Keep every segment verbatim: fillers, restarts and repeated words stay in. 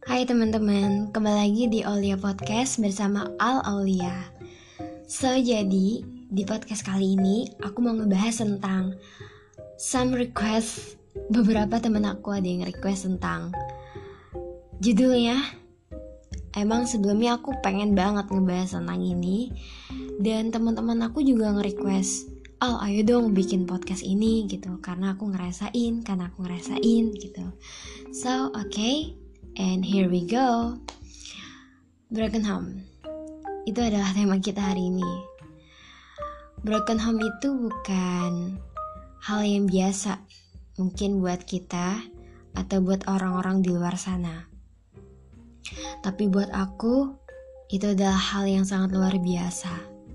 Hai teman-teman, kembali lagi di Aulia Podcast bersama Al Aulia. So, jadi di podcast kali ini aku mau ngebahas tentang some request. Beberapa teman aku ada yang request tentang judulnya. Emang sebelumnya aku pengen banget ngebahas tentang ini, dan teman-teman aku juga nge-request, Al, ayo dong bikin podcast ini gitu, karena aku ngerasain, karena aku ngerasain gitu. So, oke. Okay. And here we go. Broken home. Itu adalah tema kita hari ini. Broken home itu bukan hal yang biasa mungkin buat kita atau buat orang-orang di luar sana. Tapi buat aku, itu adalah hal yang sangat luar biasa.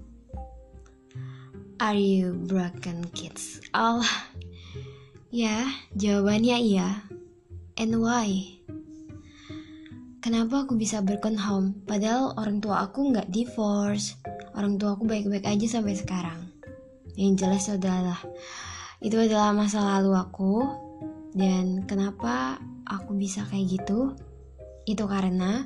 Are you broken, kids? Oh, ya, jawabannya iya. And why? Kenapa aku bisa broken home? Padahal orang tua aku gak divorce. Orang tua aku baik-baik aja sampai sekarang. Yang jelas adalah itu adalah masa lalu aku. Dan kenapa aku bisa kayak gitu? Itu karena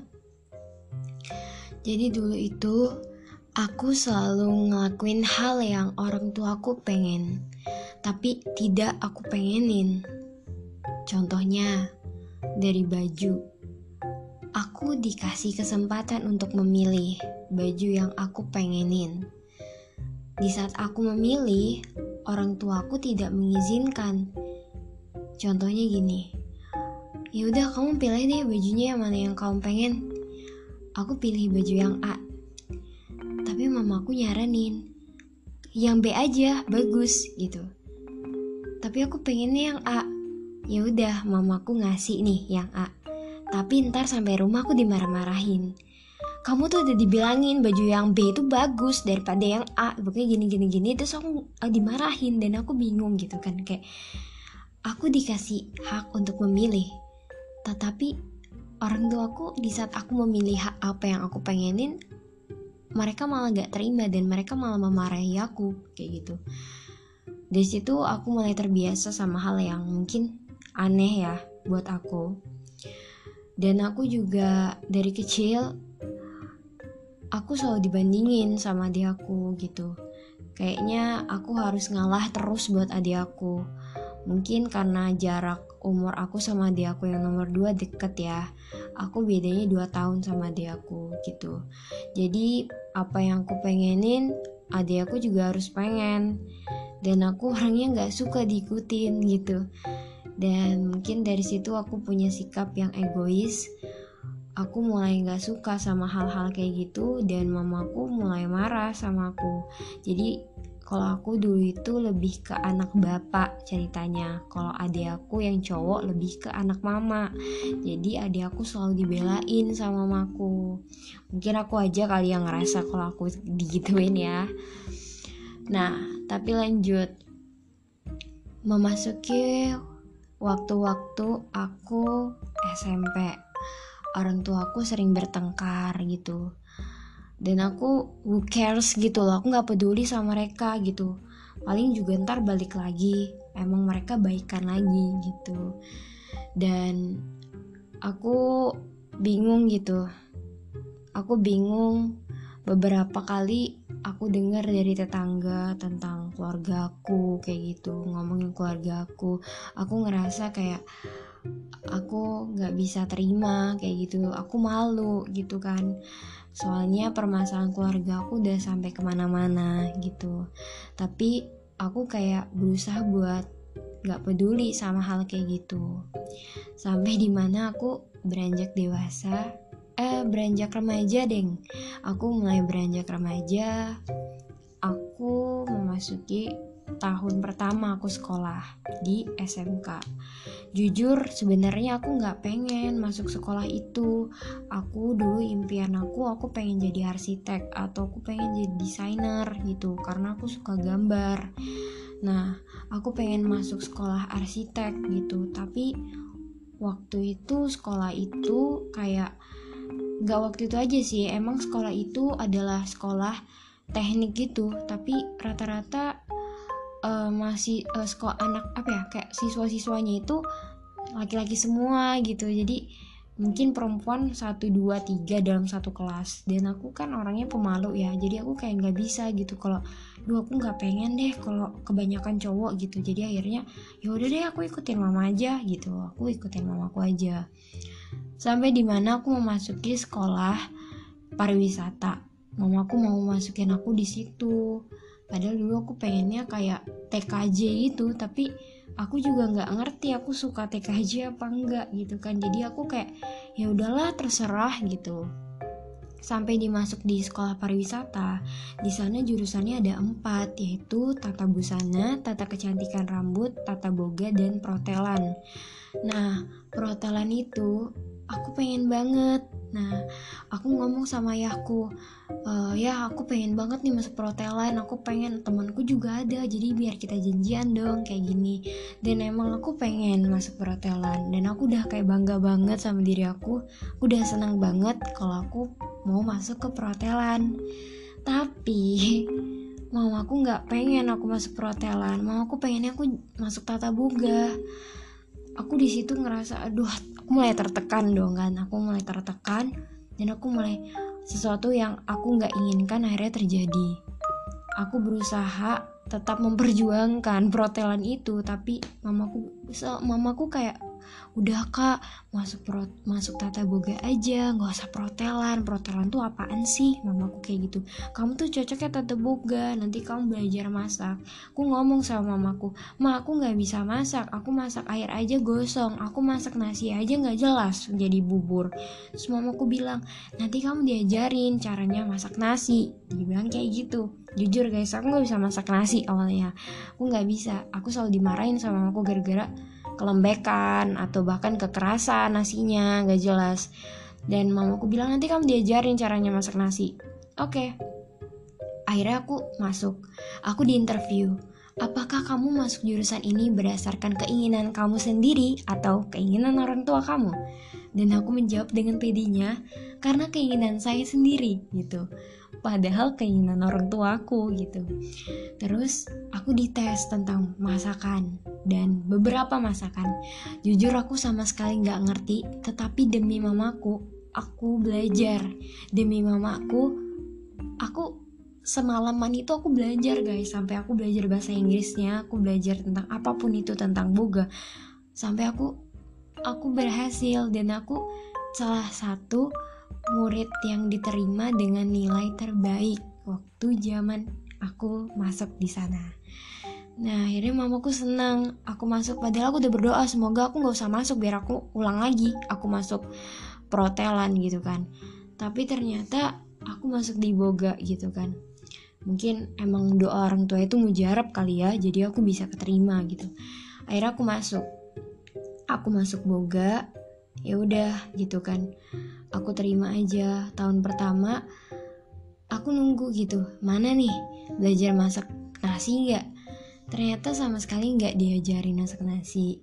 Jadi dulu itu aku selalu ngelakuin hal yang orang tua aku pengen, tapi tidak aku pengenin. Contohnya dari baju. Aku dikasih kesempatan untuk memilih baju yang aku pengenin. Di saat aku memilih, orang tuaku tidak mengizinkan. Contohnya gini, ya udah kamu pilih deh bajunya yang mana yang kamu pengen. Aku pilih baju yang A, tapi mamaku nyaranin yang B aja, bagus gitu. Tapi aku pengennya yang A. Ya udah, mamaku ngasih nih yang A. Tapi ntar sampai rumah aku dimarah-marahin. Kamu tuh udah dibilangin baju yang B itu bagus daripada yang A. Pokoknya gini-gini-gini. Terus aku uh, dimarahin dan aku bingung gitu kan. Kayak aku dikasih hak untuk memilih. Tetapi orang tua aku di saat aku memilih hak apa yang aku pengenin, mereka malah gak terima dan mereka malah memarahi aku. Kayak gitu. Dari situ aku mulai terbiasa sama hal yang mungkin aneh ya buat aku. Dan aku juga dari kecil aku selalu dibandingin sama adik aku gitu. Kayaknya aku harus ngalah terus buat adik aku. Mungkin karena jarak umur aku sama adik aku yang nomor dua deket ya. Aku bedanya dua tahun sama adik aku gitu. Jadi apa yang aku pengenin, adik aku juga harus pengen. Dan aku orangnya gak suka diikutin gitu. Dan mungkin dari situ aku punya sikap yang egois. Aku mulai gak suka sama hal-hal kayak gitu. Dan mamaku mulai marah sama aku. Jadi kalau aku dulu itu lebih ke anak bapak ceritanya. Kalau adik aku yang cowok lebih ke anak mama. Jadi adik aku selalu dibelain sama mamaku. Mungkin aku aja kali yang ngerasa kalau aku digituin ya. Nah, tapi lanjut. Memasuki waktu-waktu aku S M P, orang tua aku sering bertengkar gitu. Dan aku who cares gitu loh, aku gak peduli sama mereka gitu. Paling juga ntar balik lagi, emang mereka baikan lagi gitu. Dan aku bingung gitu. Aku bingung beberapa kali aku dengar dari tetangga tentang keluarga aku kayak gitu, ngomongin keluarga aku. Aku ngerasa kayak aku gak bisa terima kayak gitu. Aku malu gitu kan. Soalnya permasalahan keluarga aku udah sampai kemana-mana gitu. Tapi aku kayak berusaha buat gak peduli sama hal kayak gitu. Sampai dimana aku beranjak dewasa, Eh beranjak remaja deng. Aku mulai beranjak remaja. Aku memasuki tahun pertama aku sekolah di S M K. Jujur sebenarnya aku gak pengen masuk sekolah itu. Aku dulu impian aku Aku pengen jadi arsitek atau aku pengen jadi desainer gitu, karena aku suka gambar. Nah aku pengen masuk sekolah arsitek gitu. Tapi waktu itu sekolah itu kayak Gak waktu itu aja sih, emang sekolah itu adalah sekolah teknik gitu, tapi rata-rata uh, masih uh, sekolah anak apa ya kayak siswa-siswanya itu laki-laki semua gitu. Jadi mungkin perempuan satu, dua, tiga dalam satu kelas. Dan aku kan orangnya pemalu ya, jadi aku kayak gak bisa gitu kalau duh aku gak pengen deh kalau kebanyakan cowok gitu. Jadi akhirnya ya udah deh aku ikutin mama aja gitu, aku ikutin mamaku aja. Sampai dimana aku memasuki sekolah pariwisata, mamaku mau masukin aku di situ. Padahal dulu aku pengennya kayak T K J itu, tapi aku juga nggak ngerti aku suka T K J apa enggak gitu kan. Jadi aku kayak ya udahlah terserah gitu. Sampai dimasuk di sekolah pariwisata, di sana jurusannya ada empat, yaitu tata busana, tata kecantikan rambut, tata boga, dan protelan. Nah, protelan itu aku pengen banget. Nah, aku ngomong sama ayahku, e, ya aku pengen banget nih masuk protelan, aku pengen, temanku juga ada, jadi biar kita janjian dong kayak gini. Dan emang aku pengen masuk protelan, dan aku udah kayak bangga banget sama diri aku, aku udah senang banget kalau aku mau masuk ke protelan. Tapi mamaku nggak pengen aku masuk protelan, mamaku pengennya aku masuk tata boga. Aku di situ ngerasa aduh, aku mulai tertekan dong kan, aku mulai tertekan dan aku mulai sesuatu yang aku nggak inginkan akhirnya terjadi. Aku berusaha tetap memperjuangkan protelan itu, tapi mamaku mamaku kayak udah kak, masuk pro, masuk tata boga aja, nggak usah protelan. Protelan tuh apaan sih? Mamaku kayak gitu. Kamu tuh cocoknya tata boga, nanti kamu belajar masak. Aku ngomong sama mamaku, ma aku nggak bisa masak, aku masak air aja gosong, aku masak nasi aja nggak jelas jadi bubur. Terus mamaku bilang, nanti kamu diajarin caranya masak nasi. Dia bilang kayak gitu. Jujur guys, aku nggak bisa masak nasi awalnya. Aku nggak bisa, aku selalu dimarahin sama mamaku gara-gara kelembekan atau bahkan kekerasan nasinya gak jelas. Dan mamaku bilang nanti kamu diajarin caranya masak nasi. Oke, akhirnya aku masuk. Aku diinterview, apakah kamu masuk jurusan ini berdasarkan keinginan kamu sendiri atau keinginan orang tua kamu? Dan aku menjawab dengan pedenya, karena keinginan saya sendiri gitu, padahal keinginan orang tuaku gitu. Terus aku dites tentang masakan dan beberapa masakan. Jujur aku sama sekali gak ngerti, tetapi demi mamaku aku belajar. Demi mamaku aku semalaman itu aku belajar guys, sampai aku belajar bahasa Inggrisnya, aku belajar tentang apapun itu, tentang boga, sampai aku aku berhasil dan aku salah satu murid yang diterima dengan nilai terbaik waktu zaman aku masuk di sana. Nah akhirnya mamaku senang aku masuk, padahal aku udah berdoa semoga aku gak usah masuk biar aku ulang lagi, aku masuk protelan gitu kan. Tapi ternyata aku masuk di boga gitu kan. Mungkin emang doa orang tua itu mujarab kali ya, jadi aku bisa keterima gitu. Akhirnya aku masuk aku masuk boga, ya udah gitu kan, aku terima aja. Tahun pertama aku nunggu gitu, mana nih belajar masak nasi nggak? Ternyata sama sekali nggak diajarin masak nasi.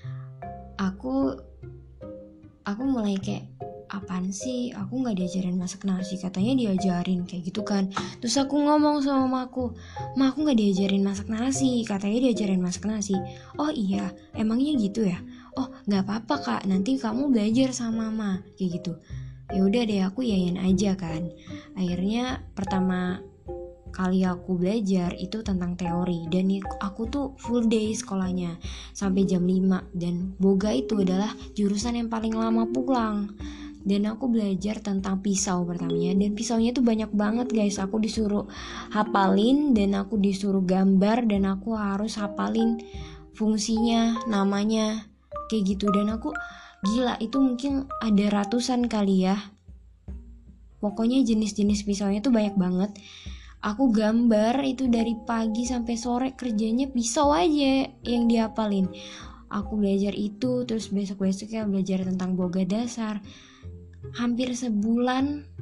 Aku aku mulai kayak apaan sih, aku nggak diajarin masak nasi, katanya diajarin kayak gitu kan. Terus aku ngomong sama mamaku, ma aku nggak diajarin masak nasi, katanya diajarin masak nasi. Oh iya, emangnya gitu ya? Oh nggak apa-apa kak, nanti kamu belajar sama mama kayak gitu. Ya udah deh, aku yain aja kan. Akhirnya pertama kali aku belajar itu tentang teori, dan aku tuh full day sekolahnya sampai jam lima, dan boga itu adalah jurusan yang paling lama pulang. Dan aku belajar tentang pisau pertamanya, dan pisaunya tuh banyak banget guys. Aku disuruh hafalin dan aku disuruh gambar, dan aku harus hafalin fungsinya, namanya kayak gitu. Dan aku gila, itu mungkin ada ratusan kali ya, pokoknya jenis-jenis pisaunya tuh banyak banget. Aku gambar itu dari pagi sampai sore, kerjanya pisau aja yang dihafalin. Aku belajar itu, terus besok-besoknya belajar tentang boga dasar. Hampir sebulan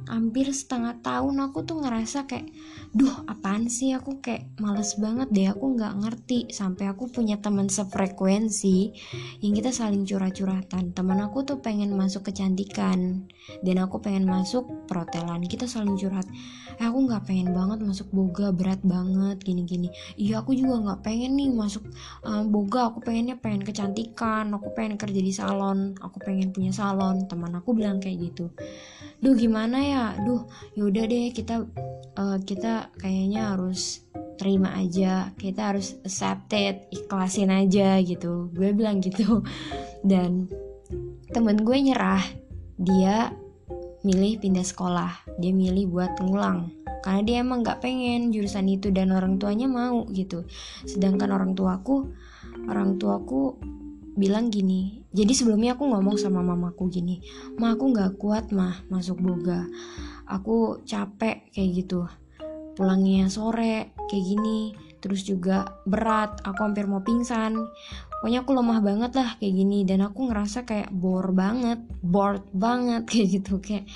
hampir setengah tahun aku tuh ngerasa kayak, duh apaan sih, aku kayak males banget deh, aku gak ngerti. Sampai aku punya teman sefrekuensi yang kita saling curhat-curhatan. Teman aku tuh pengen masuk kecantikan dan aku pengen masuk perhotelan, kita saling curhat. Eh aku gak pengen banget masuk boga, berat banget gini-gini. Iya aku juga gak pengen nih masuk uh, boga, aku pengennya pengen kecantikan, aku pengen kerja di salon, aku pengen punya salon. Teman aku bilang kayak gitu. Duh gimana ya, duh yaudah deh kita uh, kita kayaknya harus terima aja, kita harus accept it, ikhlasin aja gitu, gue bilang gitu. Dan temen gue nyerah, dia milih pindah sekolah, dia milih buat ngulang karena dia emang gak pengen jurusan itu dan orang tuanya mau gitu. Sedangkan orang tuaku orang tuaku bilang gini, jadi sebelumnya aku ngomong sama mamaku gini, ma aku gak kuat mah masuk boga, aku capek kayak gitu, pulangnya sore kayak gini, terus juga berat, aku hampir mau pingsan, pokoknya aku lemah banget lah kayak gini. Dan aku ngerasa kayak bore banget, bored banget kayak gitu, kayak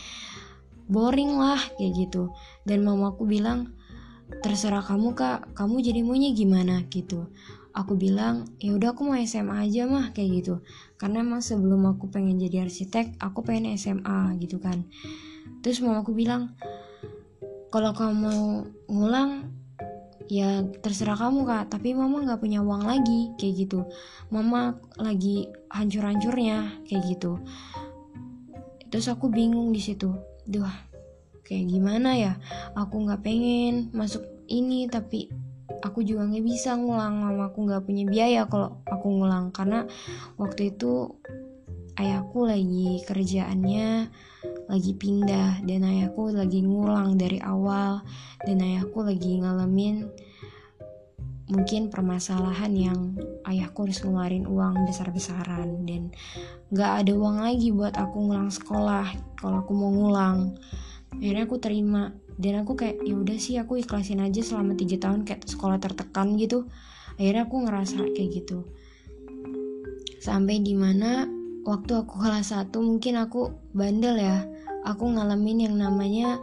boring lah kayak gitu. Dan mamaku bilang, terserah kamu kak, kamu jadi maunya gimana gitu. Aku bilang ya udah aku mau S M A aja mah kayak gitu, karena emang sebelum aku pengen jadi arsitek aku pengen S M A gitu kan. Terus mamaku bilang kalau kamu mau ngulang ya terserah kamu kak, tapi mama nggak punya uang lagi kayak gitu, mama lagi hancur-hancurnya kayak gitu. Terus aku bingung di situ, duh kayak gimana ya, aku nggak pengen masuk ini tapi aku juga nggak bisa ngulang, mama aku nggak punya biaya kalau aku ngulang karena waktu itu ayahku lagi kerjaannya lagi pindah dan ayahku lagi ngulang dari awal, dan ayahku lagi ngalamin mungkin permasalahan yang ayahku harus ngeluarin uang besar-besaran dan nggak ada uang lagi buat aku ngulang sekolah kalau aku mau ngulang. Akhirnya aku terima dan aku kayak ya udah sih aku ikhlasin aja selama tiga tahun kayak sekolah tertekan gitu. Akhirnya aku ngerasa kayak gitu sampai dimana waktu aku kelas satu mungkin aku bandel ya, aku ngalamin yang namanya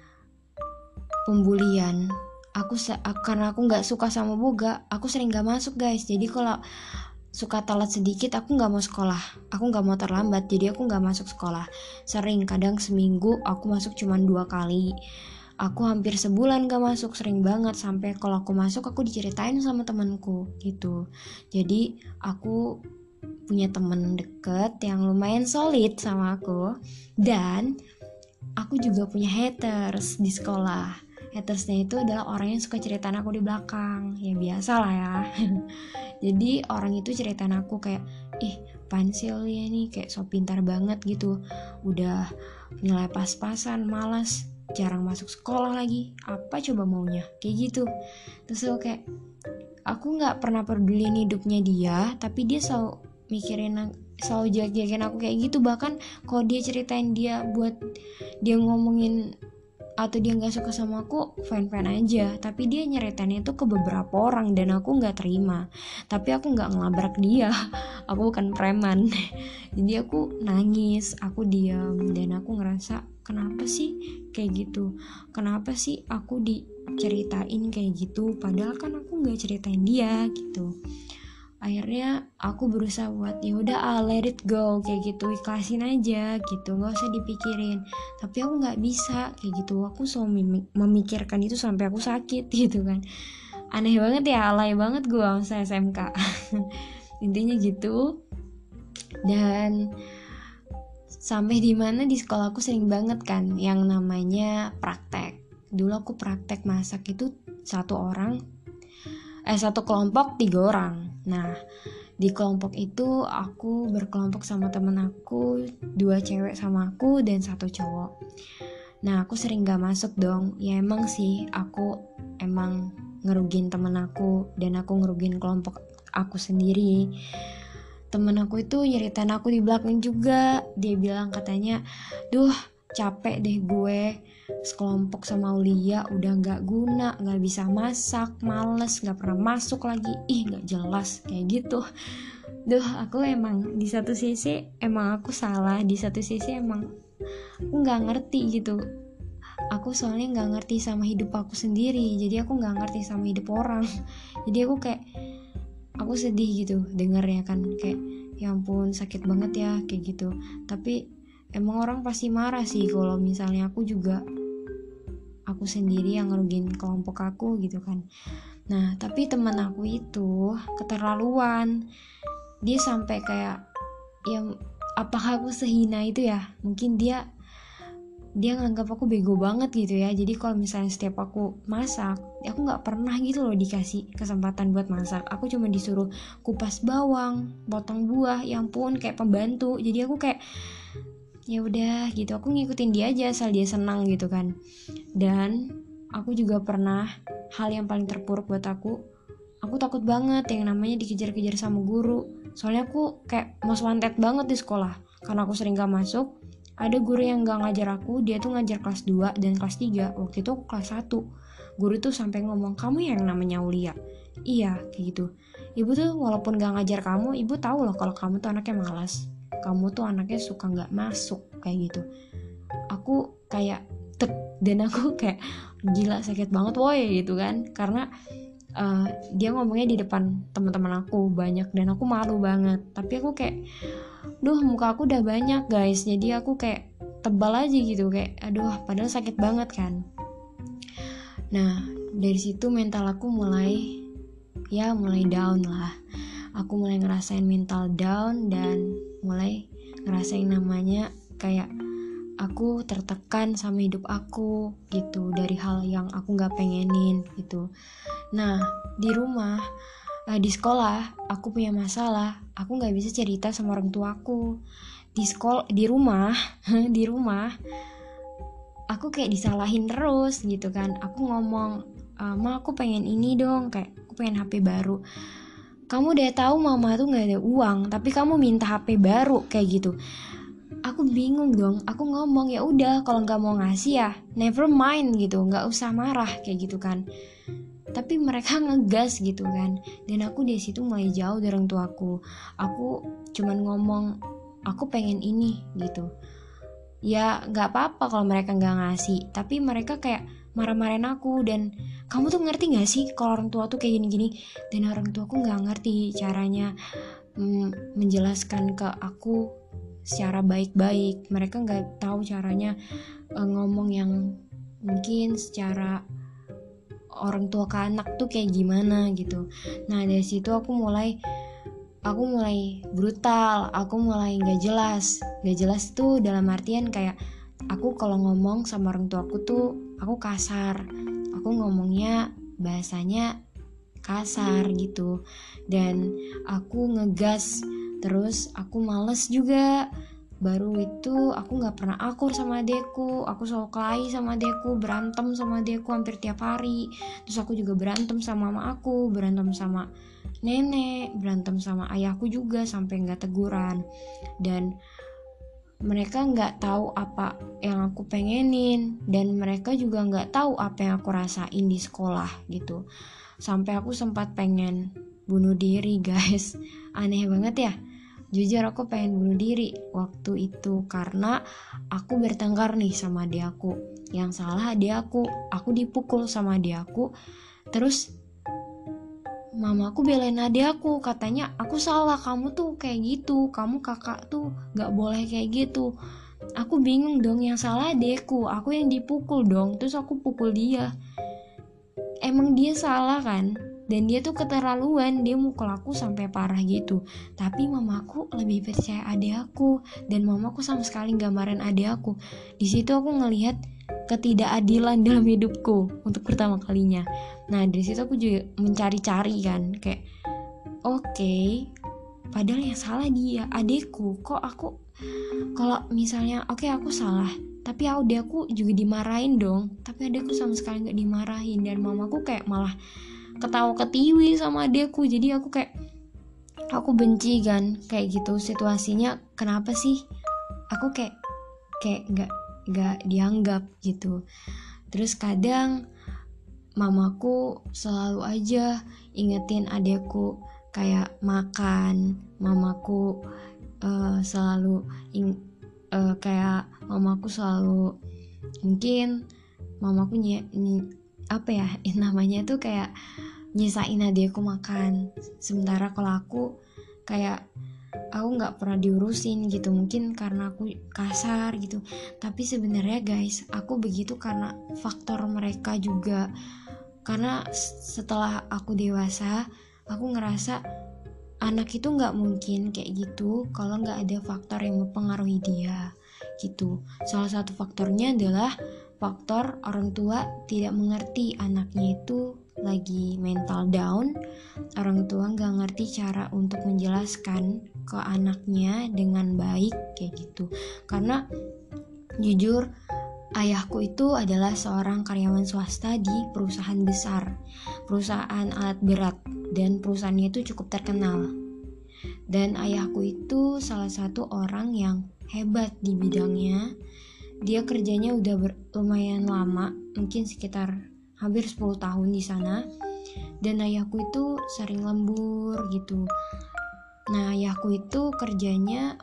pembulian. Aku karena aku nggak suka sama boga, aku sering nggak masuk guys. Jadi kalau suka telat sedikit aku nggak mau sekolah, aku nggak mau terlambat, jadi aku nggak masuk sekolah. Sering, kadang seminggu aku masuk cuma dua kali. Aku hampir sebulan gak masuk, sering banget. Sampai kalau aku masuk aku diceritain sama temanku gitu. Jadi aku punya temen deket yang lumayan solid sama aku, dan aku juga punya haters di sekolah. Hatersnya itu adalah orang yang suka ceritain aku di belakang, ya biasa lah ya. Jadi orang itu ceritain aku kayak, ih Pansil ya nih kayak so pintar banget gitu, udah nilai pas-pasan, malas, jarang masuk sekolah lagi, apa coba maunya kayak gitu. Terus aku kayak, aku nggak pernah pedulin hidupnya dia, tapi dia selalu mikirin, selalu jelek-jelekin aku kayak gitu. Bahkan kalau dia ceritain dia buat dia ngomongin atau dia nggak suka sama aku, fine-fine aja, tapi dia nyeritainnya itu ke beberapa orang dan aku nggak terima. Tapi aku nggak ngelabrak dia, aku bukan preman. Jadi aku nangis, aku diam, dan aku ngerasa kenapa sih kayak gitu, kenapa sih aku diceritain kayak gitu, padahal kan aku nggak ceritain dia gitu. Akhirnya aku berusaha buat ya udah ah, let it go kayak gitu, ikhlasin aja gitu, nggak usah dipikirin. Tapi aku nggak bisa kayak gitu, aku selalu memikirkan itu sampai aku sakit gitu kan. Aneh banget ya, alay banget gue masa S M K. Intinya gitu. Dan sampai di mana di sekolah aku sering banget kan yang namanya praktek. Dulu aku praktek masak itu satu orang eh satu kelompok tiga orang. Nah di kelompok itu aku berkelompok sama temen aku, dua cewek sama aku dan satu cowok. Nah aku sering gak masuk dong. Ya emang sih aku emang ngerugin temen aku dan aku ngerugin kelompok aku sendiri. Temen aku itu nyeritain aku di belakang juga. Dia bilang katanya, duh capek deh gue sekelompok sama Aulia, udah gak guna, gak bisa masak, males, gak pernah masuk lagi, ih gak jelas kayak gitu. Duh aku emang di satu sisi emang aku salah, di satu sisi emang aku gak ngerti gitu aku soalnya nggak ngerti sama hidup aku sendiri, jadi aku nggak ngerti sama hidup orang. Jadi aku kayak aku sedih gitu dengarnya kan, kayak ya ampun sakit banget ya kayak gitu. Tapi emang orang pasti marah sih kalau misalnya aku juga aku sendiri yang ngerugiin kelompok aku gitu kan. Nah tapi teman aku itu keterlaluan, dia sampai kayak yang apakah aku sehina itu ya, mungkin dia dia nganggap aku bego banget gitu ya. Jadi kalau misalnya setiap aku masak, aku nggak pernah gitu loh dikasih kesempatan buat masak. Aku cuma disuruh kupas bawang, potong buah, ya ampun kayak pembantu. Jadi aku kayak ya udah gitu, aku ngikutin dia aja asal dia senang gitu kan. Dan aku juga pernah, hal yang paling terpuruk buat aku, aku takut banget yang namanya dikejar-kejar sama guru. Soalnya aku kayak most wanted banget di sekolah, karena aku sering gak masuk. Ada guru yang gak ngajar aku, dia tuh ngajar kelas dua dan kelas tiga. Waktu itu aku kelas satu. Guru tuh sampai ngomong, kamu yang namanya Aulia? Iya, kayak gitu. Ibu tuh walaupun gak ngajar kamu, ibu tahu loh kalau kamu tuh anaknya malas, kamu tuh anaknya suka gak masuk, kayak gitu. Aku kayak tek, dan aku kayak gila sakit banget woy gitu kan. Karena uh, dia ngomongnya di depan teman-teman aku banyak dan aku malu banget. Tapi aku kayak duh muka aku udah banyak guys, jadi aku kayak tebal aja gitu, kayak aduh padahal sakit banget kan. Nah dari situ mental aku mulai ya mulai down lah. Aku mulai ngerasain mental down dan mulai ngerasain namanya kayak aku tertekan sama hidup aku gitu, dari hal yang aku gak pengenin gitu. Nah di rumah, uh, di sekolah aku punya masalah, aku gak bisa cerita sama orang tua aku. Di sekolah, di rumah di rumah aku kayak disalahin terus gitu kan. Aku ngomong, uh, ma aku pengen ini dong, kayak aku pengen H P baru. Kamu udah tahu mama tuh gak ada uang, tapi kamu minta H P baru kayak gitu. Aku bingung dong, aku ngomong ya udah kalau nggak mau ngasih ya never mind gitu, nggak usah marah kayak gitu kan. Tapi mereka ngegas gitu kan, dan aku di situ mulai jauh dari orang tuaku. Aku cuman ngomong aku pengen ini gitu. Ya nggak apa-apa kalau mereka nggak ngasih, tapi mereka kayak marah-marahin aku. Dan kamu tuh ngerti nggak sih kalau orang tua tuh kayak gini-gini? Dan orang tuaku nggak ngerti caranya mm, menjelaskan ke aku secara baik-baik. Mereka nggak tahu caranya uh, ngomong yang mungkin secara orang tua ke anak tuh kayak gimana gitu. Nah dari situ aku mulai aku mulai brutal, aku mulai nggak jelas. Nggak jelas tuh dalam artian kayak aku kalau ngomong sama orang tua aku tuh aku kasar, aku ngomongnya bahasanya kasar gitu, dan aku ngegas. Terus aku males juga. Baru itu aku gak pernah akur sama adekku. Aku selalu kelahi sama adekku, berantem sama adekku hampir tiap hari. Terus aku juga berantem sama mama aku, berantem sama nenek, berantem sama ayahku juga sampai gak teguran. Dan mereka gak tahu apa yang aku pengenin, dan mereka juga gak tahu apa yang aku rasain di sekolah gitu. Sampai aku sempat pengen bunuh diri guys. Aneh banget ya. Jujur aku pengen bunuh diri waktu itu karena aku bertengkar nih sama adik aku. Yang salah adik aku, aku dipukul sama adik aku. Terus mamaku belain adik aku, katanya aku salah, kamu tuh kayak gitu, kamu kakak tuh gak boleh kayak gitu. Aku bingung dong, yang salah adekku, aku yang dipukul dong. Terus aku pukul dia. Emang dia salah kan? Dan dia tuh keterlaluan, dia mukul aku sampai parah gitu. Tapi mamaku lebih percaya adik aku, dan mamaku sama sekali gak marahin adik aku. Di situ aku ngelihat ketidakadilan dalam hidupku untuk pertama kalinya. Nah dari situ aku juga mencari-cari kan, kayak oke, okay, padahal yang salah dia, adikku. Kok aku, kalau misalnya oke okay, aku salah, tapi adikku juga dimarahin dong. Tapi adikku sama sekali gak dimarahin, dan mamaku kayak malah ketawa ketiwi sama adekku. Jadi aku kayak aku benci kan kayak gitu situasinya. Kenapa sih aku kayak kayak nggak nggak dianggap gitu. Terus kadang mamaku selalu aja ingetin adekku kayak makan. Mamaku uh, selalu ing, uh, kayak mamaku selalu mungkin mamaku nye, nye, apa ya namanya tuh kayak nyisain adekku makan, sementara kalau aku kayak aku nggak pernah diurusin gitu, mungkin karena aku kasar gitu. Tapi sebenarnya guys, aku begitu karena faktor mereka juga. Karena setelah aku dewasa, aku ngerasa anak itu nggak mungkin kayak gitu kalau nggak ada faktor yang mempengaruhi dia gitu. Salah satu faktornya adalah faktor orang tua tidak mengerti anaknya itu lagi mental down. Orang tua nggak ngerti cara untuk menjelaskan ke anaknya dengan baik kayak gitu. Karena jujur, ayahku itu adalah seorang karyawan swasta di perusahaan besar, perusahaan alat berat, dan perusahaannya itu cukup terkenal. Dan ayahku itu salah satu orang yang hebat di bidangnya. Dia kerjanya udah ber- lumayan lama, mungkin sekitar hampir sepuluh tahun di sana. Dan ayahku itu sering lembur gitu. Nah, ayahku itu kerjanya,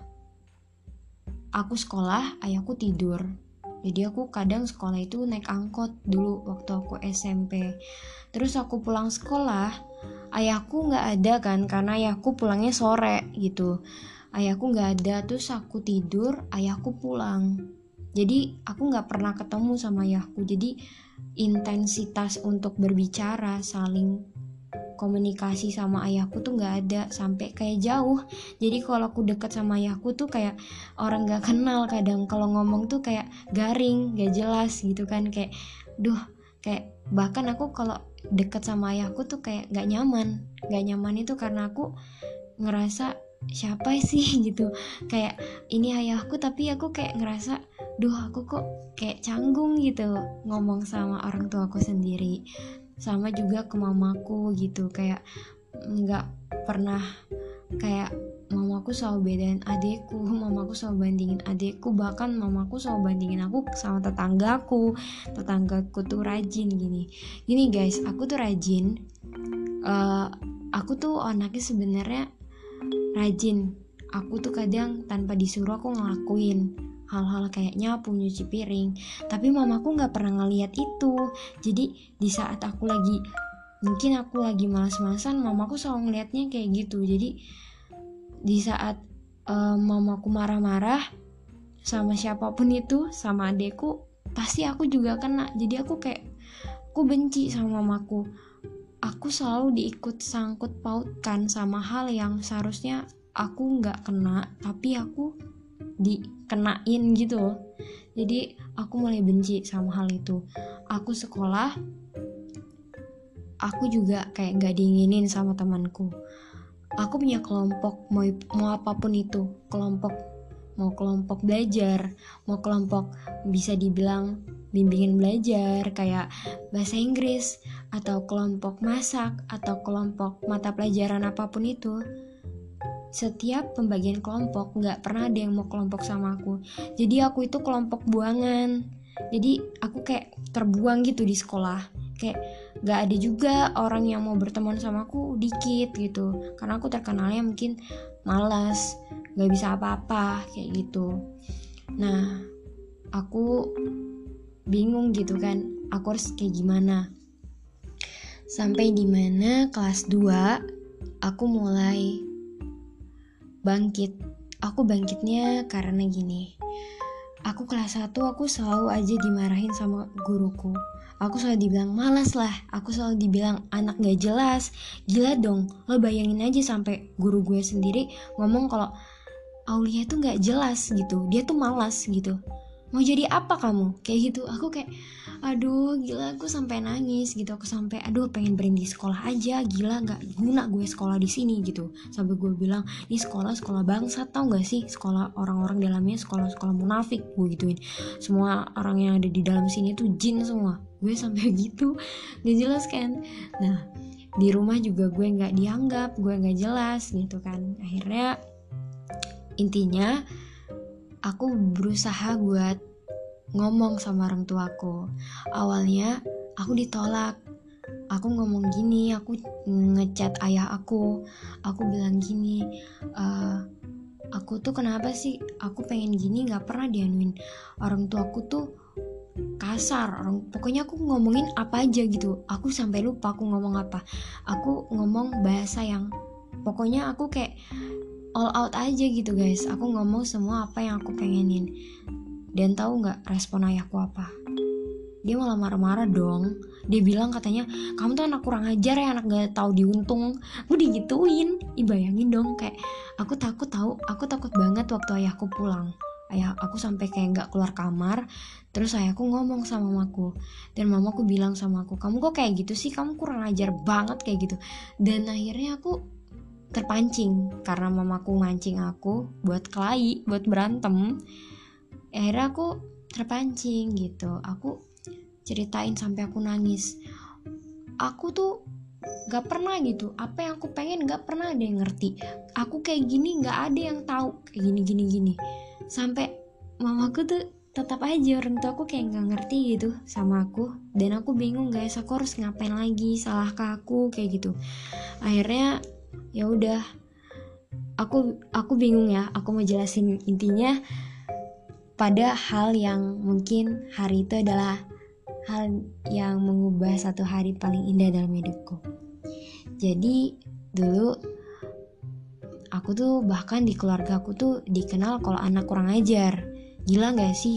aku sekolah, ayahku tidur. Jadi aku kadang sekolah itu naik angkot dulu waktu aku S M P. Terus aku pulang sekolah, ayahku nggak ada kan, karena ayahku pulangnya sore gitu. Ayahku nggak ada, terus aku tidur, ayahku pulang. Jadi aku nggak pernah ketemu sama ayahku. Jadi intensitas untuk berbicara, saling komunikasi sama ayahku tuh nggak ada, sampai kayak jauh. Jadi kalau aku deket sama ayahku tuh kayak orang nggak kenal. Kadang kalau ngomong tuh kayak garing, nggak jelas gitu kan, kayak duh, kayak bahkan aku kalau deket sama ayahku tuh kayak nggak nyaman. Nggak nyaman itu karena aku ngerasa siapa sih gitu, kayak ini ayahku tapi aku kayak ngerasa duh, aku kok kayak canggung gitu ngomong sama orang tuaku sendiri. Sama juga ke mamaku gitu, kayak nggak pernah, kayak mamaku selalu bedain adekku, mamaku selalu bandingin adekku, bahkan mamaku selalu bandingin aku sama tetanggaku. Tetanggaku tuh rajin gini gini guys, aku tuh rajin, uh, aku tuh anaknya sebenarnya rajin. Aku tuh kadang tanpa disuruh aku ngelakuin hal-hal kayak nyapu, nyuci piring, tapi mamaku nggak pernah ngeliat itu. Jadi di saat aku lagi, mungkin aku lagi malas-malasan, mamaku selalu ngeliatnya kayak gitu. Jadi di saat uh, mamaku marah-marah sama siapapun itu, sama adekku, pasti aku juga kena. Jadi aku kayak, aku benci sama mamaku. Aku selalu diikut sangkut pautkan sama hal yang seharusnya aku nggak kena, tapi aku dikenain gitu. Jadi aku mulai benci sama hal itu. Aku sekolah, aku juga kayak nggak diinginin sama temanku. Aku punya kelompok, mau mau apapun itu, kelompok, mau kelompok belajar, mau kelompok bisa dibilang bimbingan belajar kayak bahasa Inggris, atau kelompok masak, atau kelompok mata pelajaran apapun itu. Setiap pembagian kelompok gak pernah ada yang mau kelompok sama aku. Jadi aku itu kelompok buangan. Jadi aku kayak terbuang gitu di sekolah. Kayak gak ada juga orang yang mau berteman sama aku, dikit gitu. Karena aku terkenalnya mungkin malas, gak bisa apa-apa kayak gitu. Nah, aku bingung gitu kan, aku harus kayak gimana. Sampai dimana kelas dua aku mulai bangkit. Aku bangkitnya karena gini, aku kelas satu aku selalu aja dimarahin sama guruku. Aku selalu dibilang malas lah, aku selalu dibilang anak gak jelas. Gila dong, lo bayangin aja sampai guru gue sendiri ngomong kalau Aulia tuh gak jelas gitu, dia tuh malas gitu. Mau jadi apa kamu? Kayak gitu. Aku kayak aduh gila, aku sampai nangis gitu. Aku sampai aduh pengen berhenti sekolah aja, gila gak guna gue sekolah di sini gitu. Sampai gue bilang, ini sekolah sekolah bangsat, tau gak sih? Sekolah orang-orang dalamnya sekolah-sekolah munafik, gue gituin. Semua orang yang ada di dalam sini tuh jin semua. Gue sampai gitu, gak jelas kan. Nah, di rumah juga gue gak dianggap, gue gak jelas gitu kan. Akhirnya intinya aku berusaha buat ngomong sama orang tuaku. Awalnya aku ditolak. Aku ngomong gini, aku ngechat ayah aku. Aku bilang gini, e, aku tuh kenapa sih? Aku pengen gini, gak pernah dianuin. Orang tuaku tuh kasar, orang pokoknya aku ngomongin apa aja gitu. Aku sampai lupa aku ngomong apa. Aku ngomong bahasa yang pokoknya aku kayak all out aja gitu guys. Aku ngomong semua apa yang aku pengenin. Dan tahu nggak respon ayahku apa? Dia malah marah-marah dong. Dia bilang katanya, kamu tuh anak kurang ajar ya, anak gak tahu diuntung. Gue digituin. Ih, bayangin dong, kayak aku takut tahu, aku takut banget waktu ayahku pulang. Ayah aku sampai kayak nggak keluar kamar. Terus ayahku ngomong sama mamaku, dan mamaku bilang sama aku, kamu kok kayak gitu sih, kamu kurang ajar banget kayak gitu. Dan akhirnya aku terpancing karena mamaku mancing aku buat kelahi, buat berantem. Akhirnya aku terpancing gitu. Aku ceritain sampai aku nangis. Aku tuh gak pernah gitu, apa yang aku pengen gak pernah ada yang ngerti. Aku kayak gini gak ada yang tahu kayak gini gini gini. Sampai mamaku tuh tetap aja, orang tua aku kayak gak ngerti gitu sama aku. Dan aku bingung guys, aku harus ngapain lagi, salahkah aku kayak gitu. Akhirnya ya udah, aku aku bingung ya, aku mau jelasin intinya pada hal yang mungkin hari itu adalah hal yang mengubah satu hari paling indah dalam hidupku. Jadi dulu aku tuh bahkan di keluarga aku tuh dikenal kalau anak kurang ajar. Gila gak sih?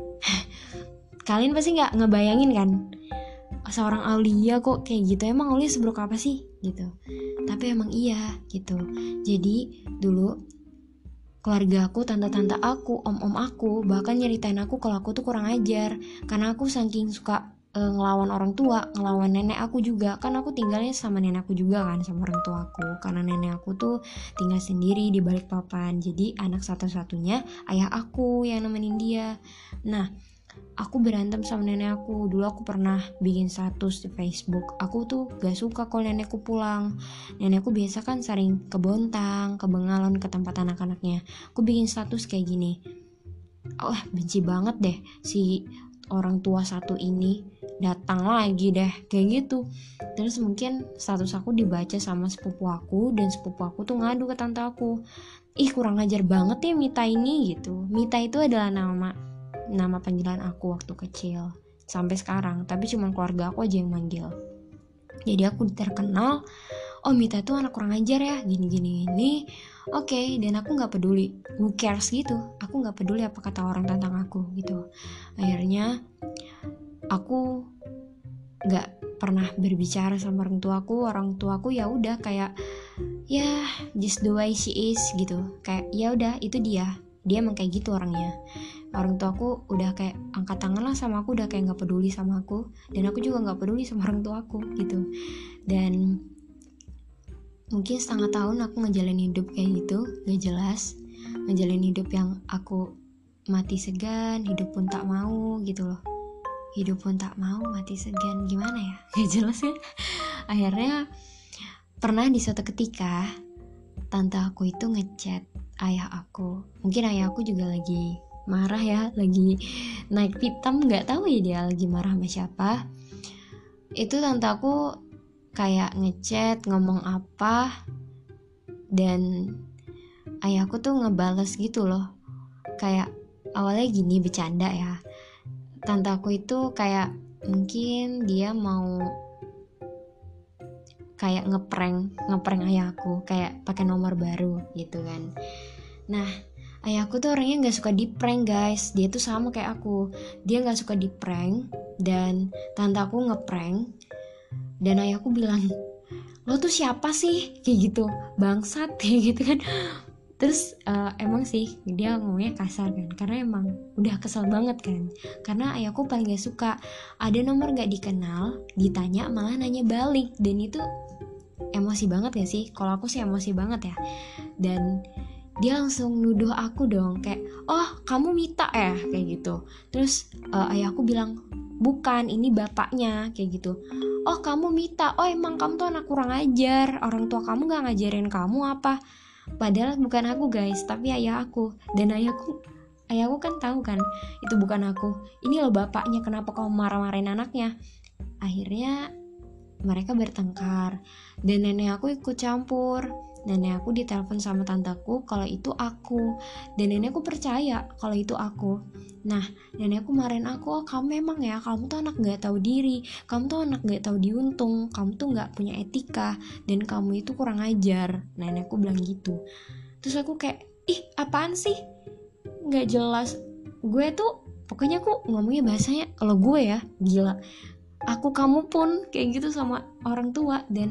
Kalian pasti gak ngebayangin kan, seorang Aulia kok kayak gitu. Emang Aulia seburuk apa sih gitu. Tapi emang iya gitu. Jadi dulu keluarga aku, tante-tante aku, om-om aku bahkan nyeritain aku kalau aku tuh kurang ajar karena aku saking suka e, ngelawan orang tua, ngelawan nenek aku juga. Kan aku tinggalnya sama nenek aku juga kan, sama orang tua aku, karena nenek aku tuh tinggal sendiri di Balikpapan. Jadi anak satu-satunya ayah aku yang nemenin dia. Nah, aku berantem sama nenek aku. Dulu aku pernah bikin status di Facebook, aku tuh gak suka kalau nenekku pulang. Nenekku biasa kan sering ke Bontang, ke Bengalon, ke tempat anak-anaknya. Aku bikin status kayak gini, oh benci banget deh si orang tua satu ini datang lagi deh, kayak gitu. Terus mungkin status aku dibaca sama sepupu aku, dan sepupu aku tuh ngadu ke tante aku, ih kurang ajar banget ya Mita ini gitu. Mita itu adalah nama nama panggilan aku waktu kecil sampai sekarang, tapi cuma keluarga aku aja yang manggil. Jadi aku terkenal, oh Mita tuh anak kurang ajar ya, gini-gini ini. Oke, okay, dan aku nggak peduli, who cares gitu. Aku nggak peduli apa kata orang tentang aku gitu. Akhirnya aku nggak pernah berbicara sama orang tuaku. Orang tuaku ya udah kayak ya just the way she is gitu. Kayak ya udah itu dia, dia emang kayak gitu orangnya. Orang tua aku udah kayak angkat tangan lah sama aku, udah kayak nggak peduli sama aku, dan aku juga nggak peduli sama orang tua aku gitu. Dan mungkin setengah tahun aku ngejalanin hidup kayak gitu, gak jelas, ngejalanin hidup yang aku mati segan, hidup pun tak mau gitu loh. Hidup pun tak mau, mati segan, gimana ya? Gak jelas ya. Akhirnya pernah di suatu ketika tante aku itu ngechat ayah aku. Mungkin ayah aku juga lagi marah ya, lagi naik pitam, nggak tahu ya dia lagi marah sama siapa. Itu tante aku kayak ngechat ngomong apa, dan ayahku tuh ngebales gitu loh. Kayak awalnya gini, bercanda ya. Tante aku itu kayak mungkin dia mau kayak ngeprank ngeprank ayahku, kayak pakai nomor baru gitu kan. Nah, ayahku tuh orangnya nggak suka di prank guys. Dia tuh sama kayak aku, dia nggak suka di prank. Dan tante aku ngeprank, dan ayahku bilang, lo tuh siapa sih kayak gitu, bangsat kayak gitu kan. Terus uh, emang sih dia ngomongnya kasar kan, karena emang udah kesel banget kan. Karena ayahku paling gak suka ada nomor gak dikenal ditanya malah nanya balik. Dan itu emosi banget gak sih? Kalau aku sih emosi banget ya. Dan dia langsung nuduh aku dong, kayak oh kamu Mita ya, kayak gitu. Terus uh, ayahku bilang bukan, ini bapaknya, kayak gitu. Oh kamu Mita, oh emang kamu tuh anak kurang ajar, orang tua kamu gak ngajarin kamu apa? Padahal bukan aku guys, tapi ayah aku. Dan ayahku ayahku kan tahu kan itu bukan aku, ini loh bapaknya, kenapa kamu marah-marahin anaknya. Akhirnya mereka bertengkar, dan nenek aku ikut campur. nenek aku ditelepon sama tanteku kalau itu aku, dan nenekku percaya kalau itu aku. Nah, nenekku marahin aku, oh, kamu memang ya, kamu tuh anak gak tahu diri, kamu tuh anak gak tahu diuntung, kamu tuh gak punya etika, dan kamu itu kurang ajar. Nenekku bilang gitu. Terus aku kayak, ih apaan sih, gak jelas. Gue tuh pokoknya aku ngomongnya bahasanya, kalau gue ya gila, aku kamu pun kayak gitu sama orang tua. Dan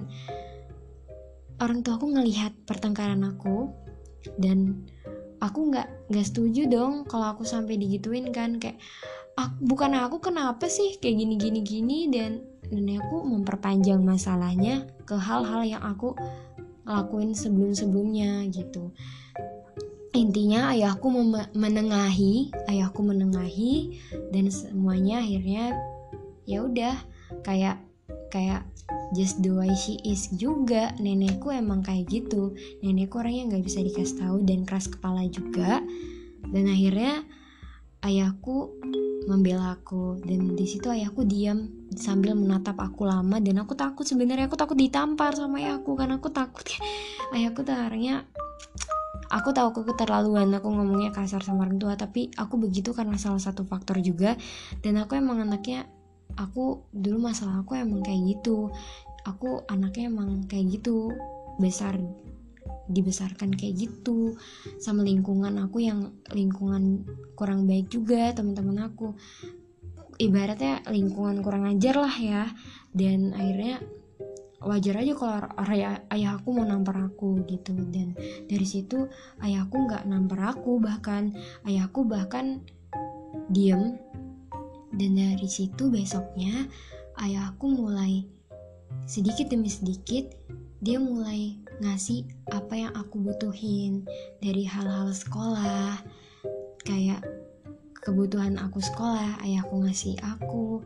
orang tua aku ngelihat pertengkaran aku, dan aku nggak nggak setuju dong kalau aku sampai digituin kan, kayak aku, bukan aku kenapa sih kayak gini gini gini. Dan nenek aku memperpanjang masalahnya ke hal-hal yang aku lakuin sebelum-sebelumnya gitu. Intinya ayahku mem- menengahi, ayahku menengahi, dan semuanya akhirnya ya udah kayak kayak just the way she is juga. Nenekku emang kayak gitu, nenekku orangnya nggak bisa dikasih tahu dan keras kepala juga. Dan akhirnya ayahku membela aku, dan di situ ayahku diam sambil menatap aku lama. Dan aku takut, sebenarnya aku takut ditampar sama ayahku, karena aku takut ayahku tuh orangnya, aku tahu aku keterlaluan, aku ngomongnya kasar sama orang tua, tapi aku begitu karena salah satu faktor juga. Dan aku emang anaknya, aku dulu masalah aku emang kayak gitu, aku anaknya emang kayak gitu, besar dibesarkan kayak gitu sama lingkungan aku yang lingkungan kurang baik juga, teman-teman aku ibaratnya lingkungan kurang ajar lah ya. Dan akhirnya wajar aja kalau ayah, ayah aku mau nampar aku gitu. Dan dari situ ayahku nggak nampar aku, bahkan ayahku bahkan diem. Dan dari situ besoknya ayahku mulai sedikit demi sedikit dia mulai ngasih apa yang aku butuhin, dari hal-hal sekolah, kayak kebutuhan aku sekolah ayahku ngasih aku.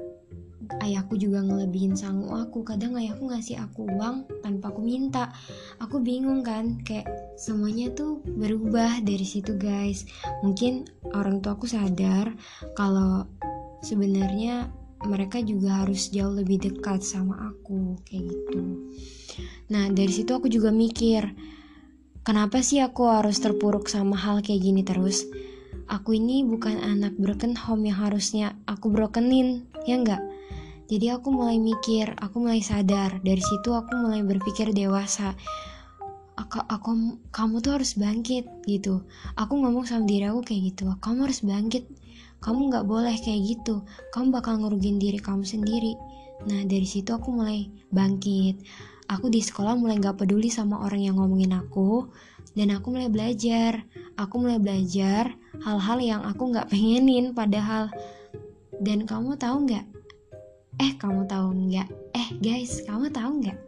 Ayahku juga ngelebihin sangu aku, kadang ayahku ngasih aku uang tanpa aku minta. Aku bingung kan, kayak semuanya tuh berubah dari situ guys. Mungkin orang tua aku sadar kalau sebenarnya mereka juga harus jauh lebih dekat sama aku kayak gitu. Nah dari situ aku juga mikir, kenapa sih aku harus terpuruk sama hal kayak gini terus? Aku ini bukan anak broken home yang harusnya aku brokenin, ya enggak? Jadi aku mulai mikir, aku mulai sadar. Dari situ aku mulai berpikir dewasa. Aku, aku, kamu tuh harus bangkit gitu. Aku ngomong sama diri aku kayak gitu. Kamu harus bangkit. Kamu nggak boleh kayak gitu. Kamu bakal ngerugiin diri kamu sendiri. Nah dari situ aku mulai bangkit. Aku di sekolah mulai nggak peduli sama orang yang ngomongin aku. Dan aku mulai belajar. Aku mulai belajar hal-hal yang aku nggak pengenin padahal. Dan kamu tahu nggak? Eh kamu tahu nggak? Eh guys, kamu tahu nggak?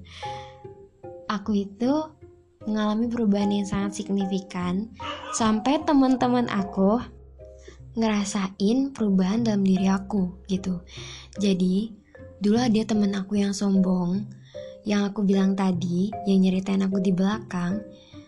Aku itu mengalami perubahan yang sangat signifikan sampai teman-teman aku ngerasain perubahan dalam diri aku gitu. Jadi dulu ada teman aku yang sombong, yang aku bilang tadi, yang nyeritain aku di belakang,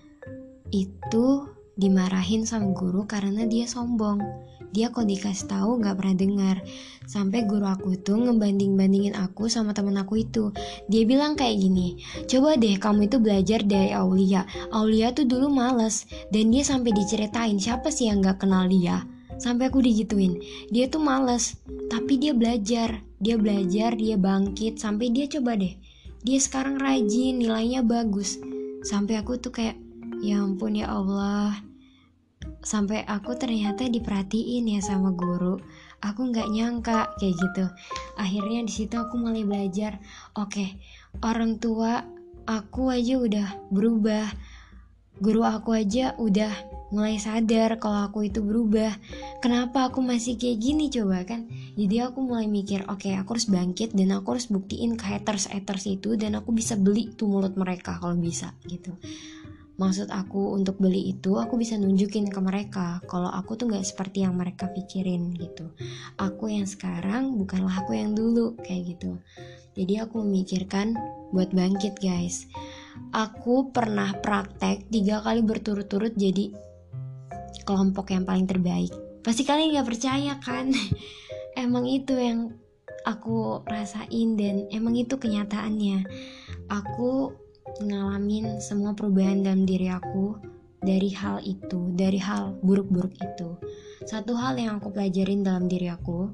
itu dimarahin sama guru karena dia sombong. Dia kalau dikasih tahu nggak pernah dengar. Sampai guru aku tuh ngebanding-bandingin aku sama temen aku itu. Dia bilang kayak gini, coba deh kamu itu belajar dari Aulia. Aulia tuh dulu males, dan dia sampai diceritain siapa sih yang nggak kenal dia. Sampai aku digituin, dia tuh males, tapi dia belajar. Dia belajar, dia bangkit, sampai dia coba deh, dia sekarang rajin, nilainya bagus. Sampai aku tuh kayak, ya ampun ya Allah. Sampai aku ternyata diperhatiin ya sama guru. Aku nggak nyangka kayak gitu. Akhirnya di situ aku mulai belajar. Oke, orang tua aku aja udah berubah. Guru aku aja udah mulai sadar kalau aku itu berubah. Kenapa aku masih kayak gini coba kan? Jadi aku mulai mikir, oke, aku harus bangkit dan aku harus buktiin ke haters-haters itu, dan aku bisa beli tuh mulut mereka kalau bisa gitu. Maksud aku untuk beli itu, aku bisa nunjukin ke mereka kalau aku tuh gak seperti yang mereka pikirin gitu. Aku yang sekarang bukanlah aku yang dulu kayak gitu. Jadi aku memikirkan buat bangkit guys. Aku pernah praktek tiga kali berturut-turut jadi kelompok yang paling terbaik. Pasti kalian gak percaya kan? Emang itu yang aku rasain dan emang itu kenyataannya. Aku ngalamin semua perubahan dalam diri aku dari hal itu, dari hal buruk-buruk itu. Satu hal yang aku pelajarin dalam diri aku,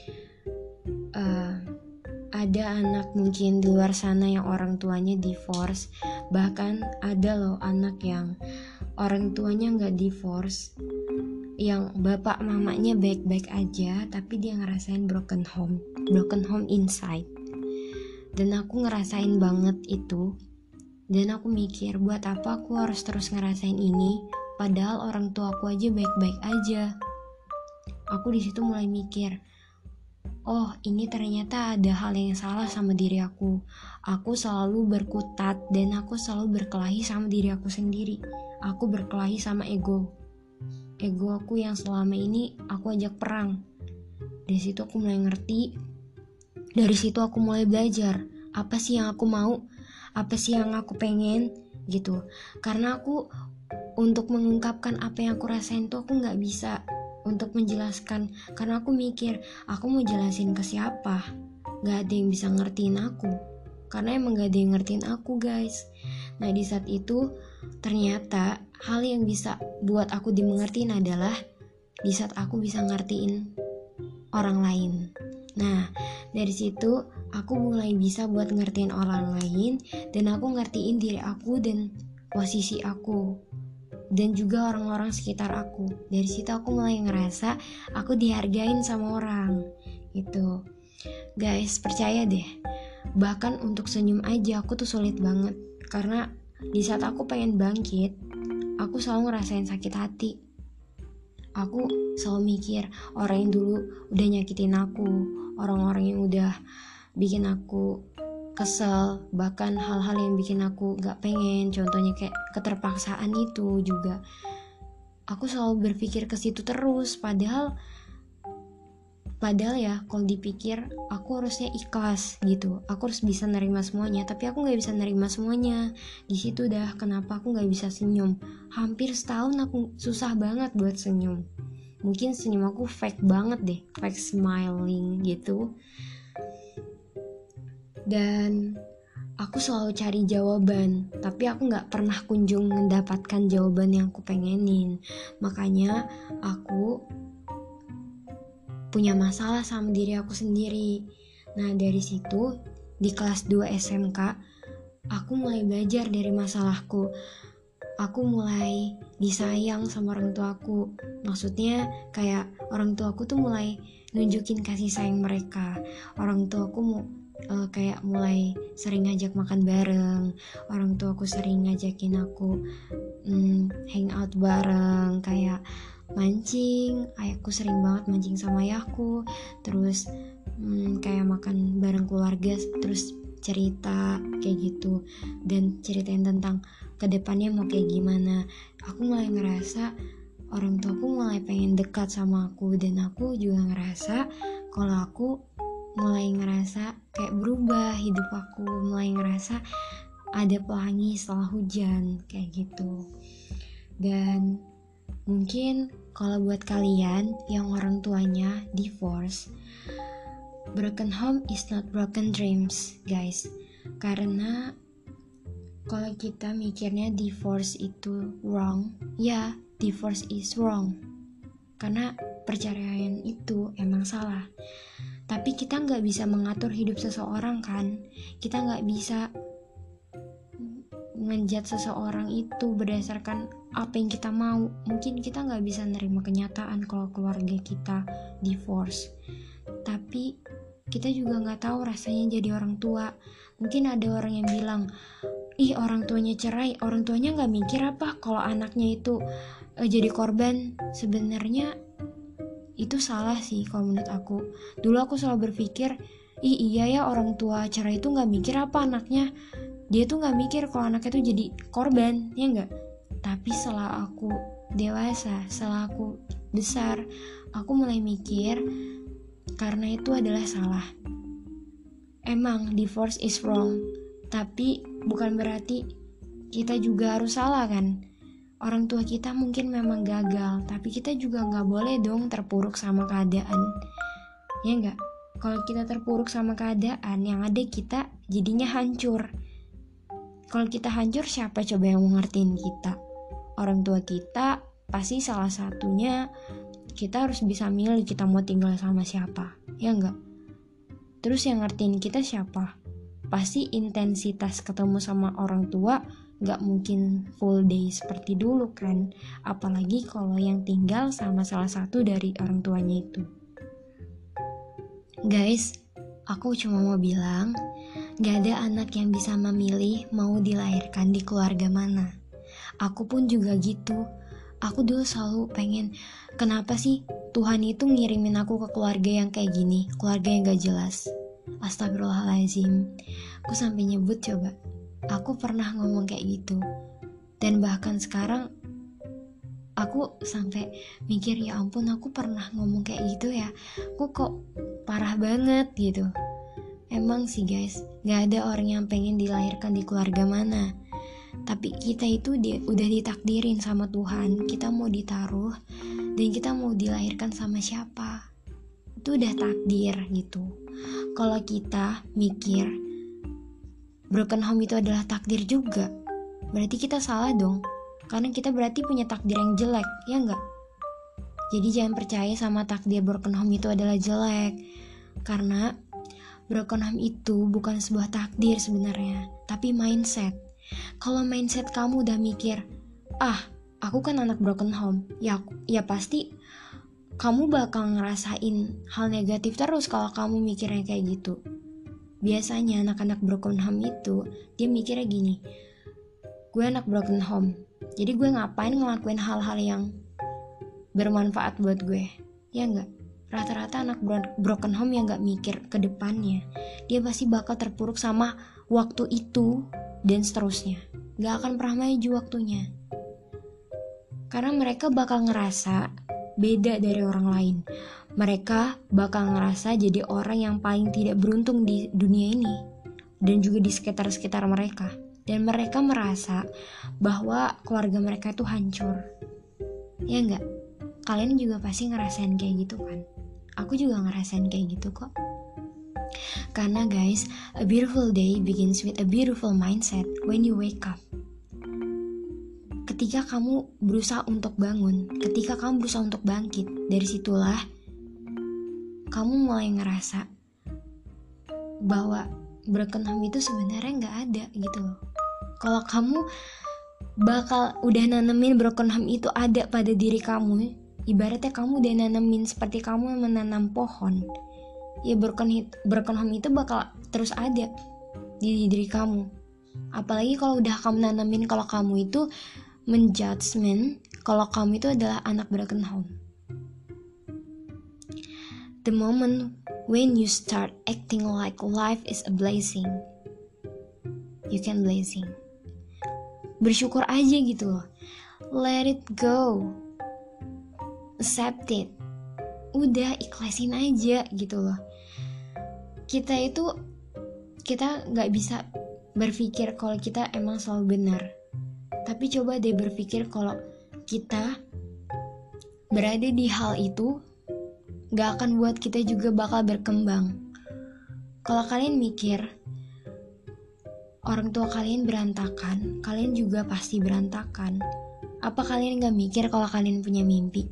uh, ada anak mungkin di luar sana yang orang tuanya divorce, bahkan ada loh anak yang orang tuanya nggak divorce, yang bapak mamanya baik-baik aja, tapi dia ngerasain broken home, broken home inside. Dan aku ngerasain banget itu. Dan aku mikir, buat apa aku harus terus ngerasain ini, padahal orang tua aku aja baik-baik aja. Aku di situ mulai mikir, oh ini ternyata ada hal yang salah sama diri aku. Aku selalu berkutat dan aku selalu berkelahi sama diri aku sendiri. Aku berkelahi sama ego. Ego aku yang selama ini aku ajak perang. Dari situ aku mulai ngerti. Dari situ aku mulai belajar. Apa sih yang aku mau? Apa sih yang aku pengen? Gitu. Karena aku untuk mengungkapkan apa yang aku rasain tuh aku gak bisa untuk menjelaskan. Karena aku mikir, aku mau jelasin ke siapa? Gak ada yang bisa ngertiin aku. Karena emang gak ada yang ngertiin aku, guys. Nah di saat itu ternyata hal yang bisa buat aku dimengertiin adalah di saat aku bisa ngertiin orang lain. Nah dari situ aku mulai bisa buat ngertiin orang lain, dan aku ngertiin diri aku dan posisi aku, dan juga orang-orang sekitar aku. Dari situ aku mulai ngerasa aku dihargain sama orang. Gitu. Guys, percaya deh, bahkan untuk senyum aja aku tuh sulit banget. Karena di saat aku pengen bangkit, aku selalu ngerasain sakit hati. Aku selalu mikir, orang yang dulu udah nyakitin aku, orang-orang yang udah bikin aku kesel, bahkan hal-hal yang bikin aku gak pengen, contohnya kayak keterpaksaan itu juga. Aku selalu berpikir ke situ terus, padahal Padahal ya kalau dipikir aku harusnya ikhlas gitu. Aku harus bisa nerima semuanya, tapi aku gak bisa nerima semuanya. Di situ dah kenapa aku gak bisa senyum. Hampir setahun aku susah banget buat senyum. Mungkin senyum aku fake banget deh, fake smiling gitu. Dan aku selalu cari jawaban, tapi aku gak pernah kunjung mendapatkan jawaban yang aku pengenin. Makanya aku punya masalah sama diri aku sendiri. Nah dari situ di kelas dua S M K aku mulai belajar dari masalahku. Aku mulai disayang sama orang tuaku. Maksudnya kayak orang tuaku tuh mulai nunjukin kasih sayang mereka. Orang tuaku mau uh, kayak mulai sering ngajak makan bareng. Orang tuaku sering ngajakin aku um, hangout bareng, kayak mancing. Ayahku sering banget mancing sama ayahku. Terus hmm, kayak makan bareng keluarga, terus cerita kayak gitu, dan ceritain tentang kedepannya mau kayak gimana. Aku mulai ngerasa orang tuaku mulai pengen dekat sama aku, dan aku juga ngerasa kalau aku mulai ngerasa kayak berubah hidup aku, mulai ngerasa ada pelangi setelah hujan kayak gitu. Dan mungkin kalau buat kalian yang orang tuanya divorce, broken home is not broken dreams, guys. Karena kalau kita mikirnya divorce itu wrong, ya divorce is wrong. Karena perceraian itu emang salah. Tapi kita nggak bisa mengatur hidup seseorang kan. Kita nggak bisa ngejat seseorang itu berdasarkan apa yang kita mau. Mungkin kita gak bisa nerima kenyataan kalau keluarga kita divorce, tapi kita juga gak tahu rasanya jadi orang tua. Mungkin ada orang yang bilang, ih orang tuanya cerai, orang tuanya gak mikir apa kalau anaknya itu uh, jadi korban. Sebenarnya itu salah sih kalau menurut aku. Dulu aku selalu berpikir, ih iya ya orang tua cerai itu gak mikir apa anaknya, dia tuh gak mikir kalau anaknya tuh jadi korban, ya gak? Tapi setelah aku dewasa, setelah aku besar, aku mulai mikir karena itu adalah salah. Emang divorce is wrong, tapi bukan berarti kita juga harus salah kan. Orang tua kita mungkin memang gagal, tapi kita juga gak boleh dong terpuruk sama keadaan, ya gak? Kalau kita terpuruk sama keadaan, yang ada kita jadinya hancur. Kalau kita hancur, siapa coba yang mau ngertiin kita? Orang tua kita pasti salah satunya. Kita harus bisa milih kita mau tinggal sama siapa, ya enggak? Terus yang ngertiin kita siapa? Pasti intensitas ketemu sama orang tua gak mungkin full day seperti dulu kan. Apalagi kalau yang tinggal sama salah satu dari orang tuanya itu. Guys, aku cuma mau bilang, gak ada anak yang bisa memilih mau dilahirkan di keluarga mana. Aku pun juga gitu. Aku dulu selalu pengen, kenapa sih Tuhan itu ngirimin aku ke keluarga yang kayak gini, keluarga yang gak jelas. Astagfirullahaladzim. Aku sampai nyebut coba. Aku pernah ngomong kayak gitu. Dan bahkan sekarang aku sampai mikir, ya ampun aku pernah ngomong kayak gitu ya. Aku kok parah banget gitu. Emang sih guys, gak ada orang yang pengen dilahirkan di keluarga mana. Tapi kita itu di, udah ditakdirin sama Tuhan. Kita mau ditaruh dan kita mau dilahirkan sama siapa. Itu udah takdir gitu. Kalau kita mikir broken home itu adalah takdir juga, berarti kita salah dong. Karena kita berarti punya takdir yang jelek, ya enggak? Jadi jangan percaya sama takdir broken home itu adalah jelek. Karena broken home itu bukan sebuah takdir sebenarnya, tapi mindset. Kalau mindset kamu udah mikir, ah aku kan anak broken home, ya, ya pasti kamu bakal ngerasain hal negatif terus kalau kamu mikirnya kayak gitu. Biasanya anak-anak broken home itu dia mikirnya gini, gue anak broken home, jadi gue ngapain ngelakuin hal-hal yang bermanfaat buat gue, ya enggak? Rata-rata anak broken home yang gak mikir ke depannya, dia pasti bakal terpuruk sama waktu itu dan seterusnya. Gak akan pernah maju waktunya. Karena mereka bakal ngerasa beda dari orang lain. Mereka bakal ngerasa jadi orang yang paling tidak beruntung di dunia ini. Dan juga di sekitar-sekitar mereka. Dan mereka merasa bahwa keluarga mereka itu hancur. Ya enggak? Kalian juga pasti ngerasain kayak gitu kan? Aku juga ngerasain kayak gitu kok. Karena guys, a beautiful day begins with a beautiful mindset when you wake up. Ketika kamu berusaha untuk bangun, ketika kamu berusaha untuk bangkit, dari situlah kamu mulai ngerasa bahwa broken home itu sebenarnya gak ada gitu loh. Kalau kamu bakal udah nanemin broken home itu ada pada diri kamu, ibaratnya kamu udah nanemin seperti kamu menanam pohon, ya broken, broken home itu bakal terus ada di diri kamu. Apalagi kalau udah kamu nanamin kalau kamu itu menjudgment kalau kamu itu adalah anak broken home. The moment when you start acting like life is a blessing, you can blessing. Bersyukur aja gitu loh. Let it go. Accept it. Udah ikhlasin aja gitu loh. Kita itu kita gak bisa berpikir kalau kita emang selalu benar. Tapi coba deh berpikir kalau kita berada di hal itu gak akan buat kita juga bakal berkembang. Kalau kalian mikir orang tua kalian berantakan, kalian juga pasti berantakan. Apa kalian gak mikir kalau kalian punya mimpi?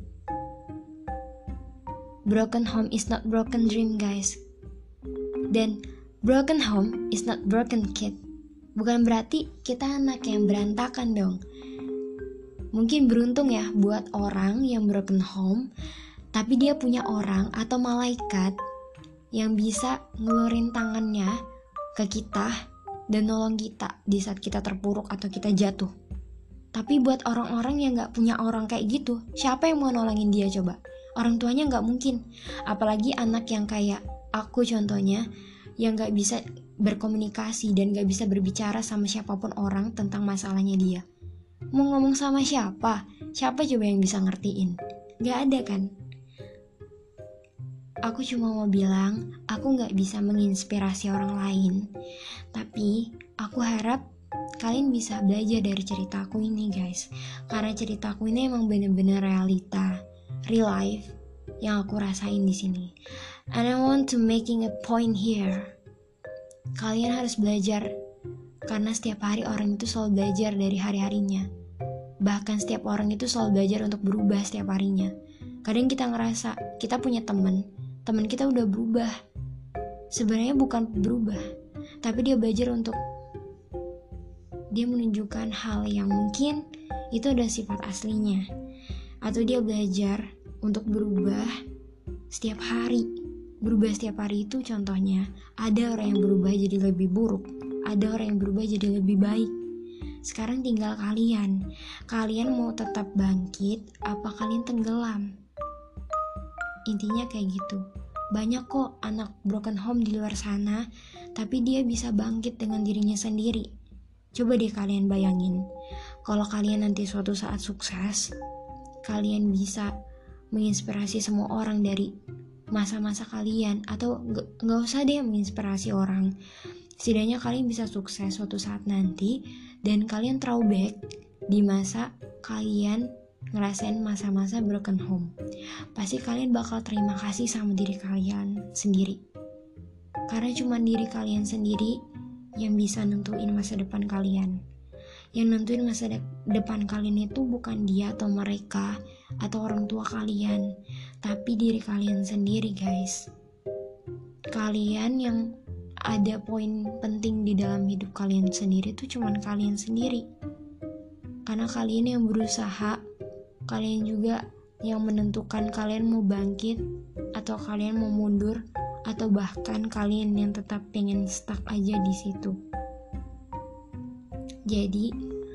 Broken home is not broken dream guys. Dan broken home is not broken kid. Bukan berarti kita anak yang berantakan dong. Mungkin beruntung ya buat orang yang broken home, tapi dia punya orang atau malaikat yang bisa ngeluarin tangannya ke kita dan nolong kita di saat kita terpuruk atau kita jatuh. Tapi buat orang-orang yang gak punya orang kayak gitu, siapa yang mau nolongin dia coba? Orang tuanya gak mungkin. Apalagi anak yang kayak aku contohnya, yang gak bisa berkomunikasi dan gak bisa berbicara sama siapapun orang tentang masalahnya dia. Mau ngomong sama siapa? Siapa coba yang bisa ngertiin? Gak ada kan? Aku cuma mau bilang, aku gak bisa menginspirasi orang lain. Tapi aku harap kalian bisa belajar dari ceritaku ini guys. Karena ceritaku ini emang bener-bener realita, real life yang aku rasain di sini. And I want to making a point here. Kalian harus belajar Karena setiap hari orang itu selalu belajar dari hari-harinya. Bahkan setiap orang itu selalu belajar untuk berubah setiap harinya. Kadang kita ngerasa kita punya teman, teman kita udah berubah. Sebenarnya bukan berubah, tapi dia belajar untuk dia menunjukkan hal yang mungkin itu adalah sifat aslinya. Atau dia belajar untuk berubah setiap hari. Berubah setiap hari itu contohnya, ada orang yang berubah jadi lebih buruk, ada orang yang berubah jadi lebih baik. Sekarang tinggal kalian. Kalian mau tetap bangkit apa kalian tenggelam? Intinya kayak gitu. Banyak kok anak broken home di luar sana, tapi dia bisa bangkit dengan dirinya sendiri. Coba deh kalian bayangin, kalau kalian nanti suatu saat sukses, kalian bisa menginspirasi semua orang dari masa-masa kalian. Atau gak, gak usah deh menginspirasi orang, setidaknya kalian bisa sukses suatu saat nanti, dan kalian throwback di masa kalian ngerasain masa-masa broken home. Pasti kalian bakal terima kasih sama diri kalian sendiri. Karena cuma diri kalian sendiri yang bisa nentuin masa depan kalian. Yang nentuin masa de- depan kalian itu bukan dia atau mereka atau orang tua kalian, tapi diri kalian sendiri, guys. Kalian yang ada poin penting di dalam hidup kalian sendiri tuh cuman kalian sendiri. Karena kalian yang berusaha, kalian juga yang menentukan kalian mau bangkit atau kalian mau mundur, atau bahkan kalian yang tetap pengen stuck aja di situ. Jadi,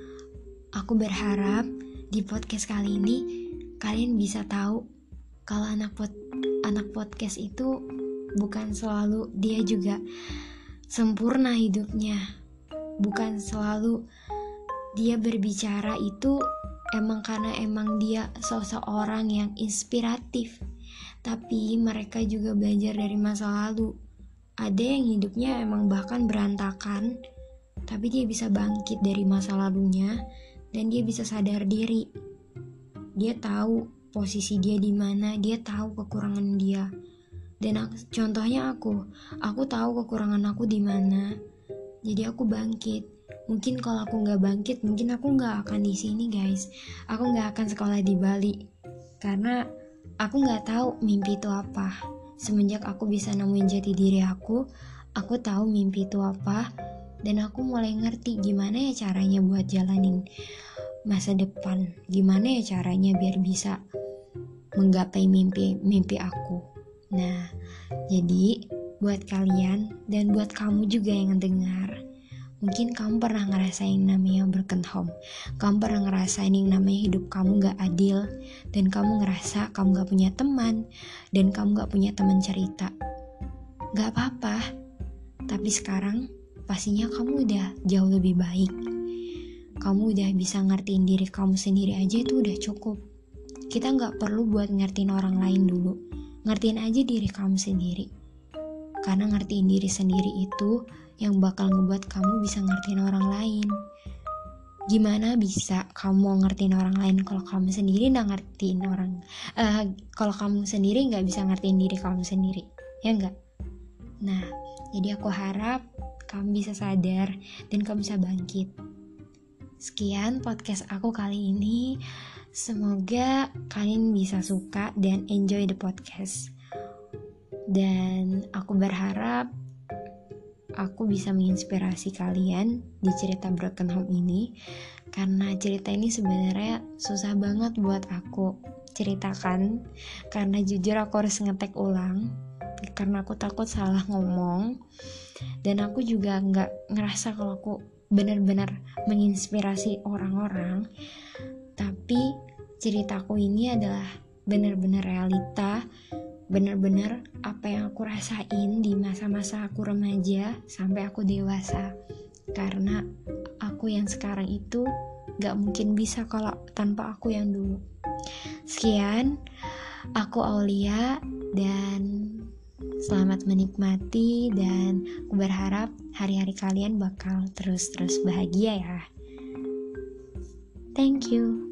aku berharap di podcast kali ini kalian bisa tahu kalau anak pod anak podcast itu bukan selalu dia juga sempurna hidupnya. Bukan selalu dia berbicara itu emang karena emang dia seseorang yang inspiratif. Tapi mereka juga belajar dari masa lalu. Ada yang hidupnya emang bahkan berantakan, tapi dia bisa bangkit dari masa lalunya dan dia bisa sadar diri. Dia tahu posisi dia di mana, dia tahu kekurangan dia. Dan aku, contohnya aku, aku tahu kekurangan aku di mana, jadi aku bangkit. Mungkin kalau aku nggak bangkit, mungkin aku nggak akan di sini, guys. Aku nggak akan sekolah di Bali, karena aku nggak tahu mimpi itu apa. Semenjak aku bisa nemuin jati diri aku, aku tahu mimpi itu apa, dan aku mulai ngerti gimana ya caranya buat jalanin masa depan. Gimana ya caranya biar bisa menggapai mimpi-mimpi aku. Nah, jadi buat kalian dan buat kamu juga yang dengar, mungkin kamu pernah ngerasain namanya broken home. Kamu pernah ngerasain yang namanya hidup kamu gak adil, dan kamu ngerasa kamu gak punya teman, dan kamu gak punya teman cerita. Gak apa-apa, tapi sekarang pastinya kamu udah jauh lebih baik. Kamu udah bisa ngertiin diri kamu sendiri aja, itu udah cukup. Kita gak perlu buat ngertiin orang lain dulu. Ngertiin aja diri kamu sendiri. Karena ngertiin diri sendiri itu yang bakal ngebuat kamu bisa ngertiin orang lain. Gimana bisa kamu mau ngertiin orang lain kalau kamu sendiri gak ngertiin orang uh, Kalau kamu sendiri gak bisa ngertiin diri kamu sendiri, ya gak? Nah, jadi aku harap kamu bisa sadar dan kamu bisa bangkit. Sekian podcast aku kali ini. Semoga kalian bisa suka dan enjoy the podcast. Dan aku berharap aku bisa menginspirasi kalian di cerita broken home ini, karena cerita ini sebenarnya susah banget buat aku ceritakan, karena jujur aku harus ngetek ulang karena aku takut salah ngomong, dan aku juga nggak ngerasa kalau aku benar-benar menginspirasi orang-orang. Tapi ceritaku ini adalah benar-benar realita, benar-benar apa yang aku rasain di masa-masa aku remaja sampai aku dewasa. Karena aku yang sekarang itu gak mungkin bisa kalau tanpa aku yang dulu. Sekian, aku Aulia, dan selamat menikmati, dan aku berharap hari-hari kalian bakal terus-terus bahagia ya. Thank you.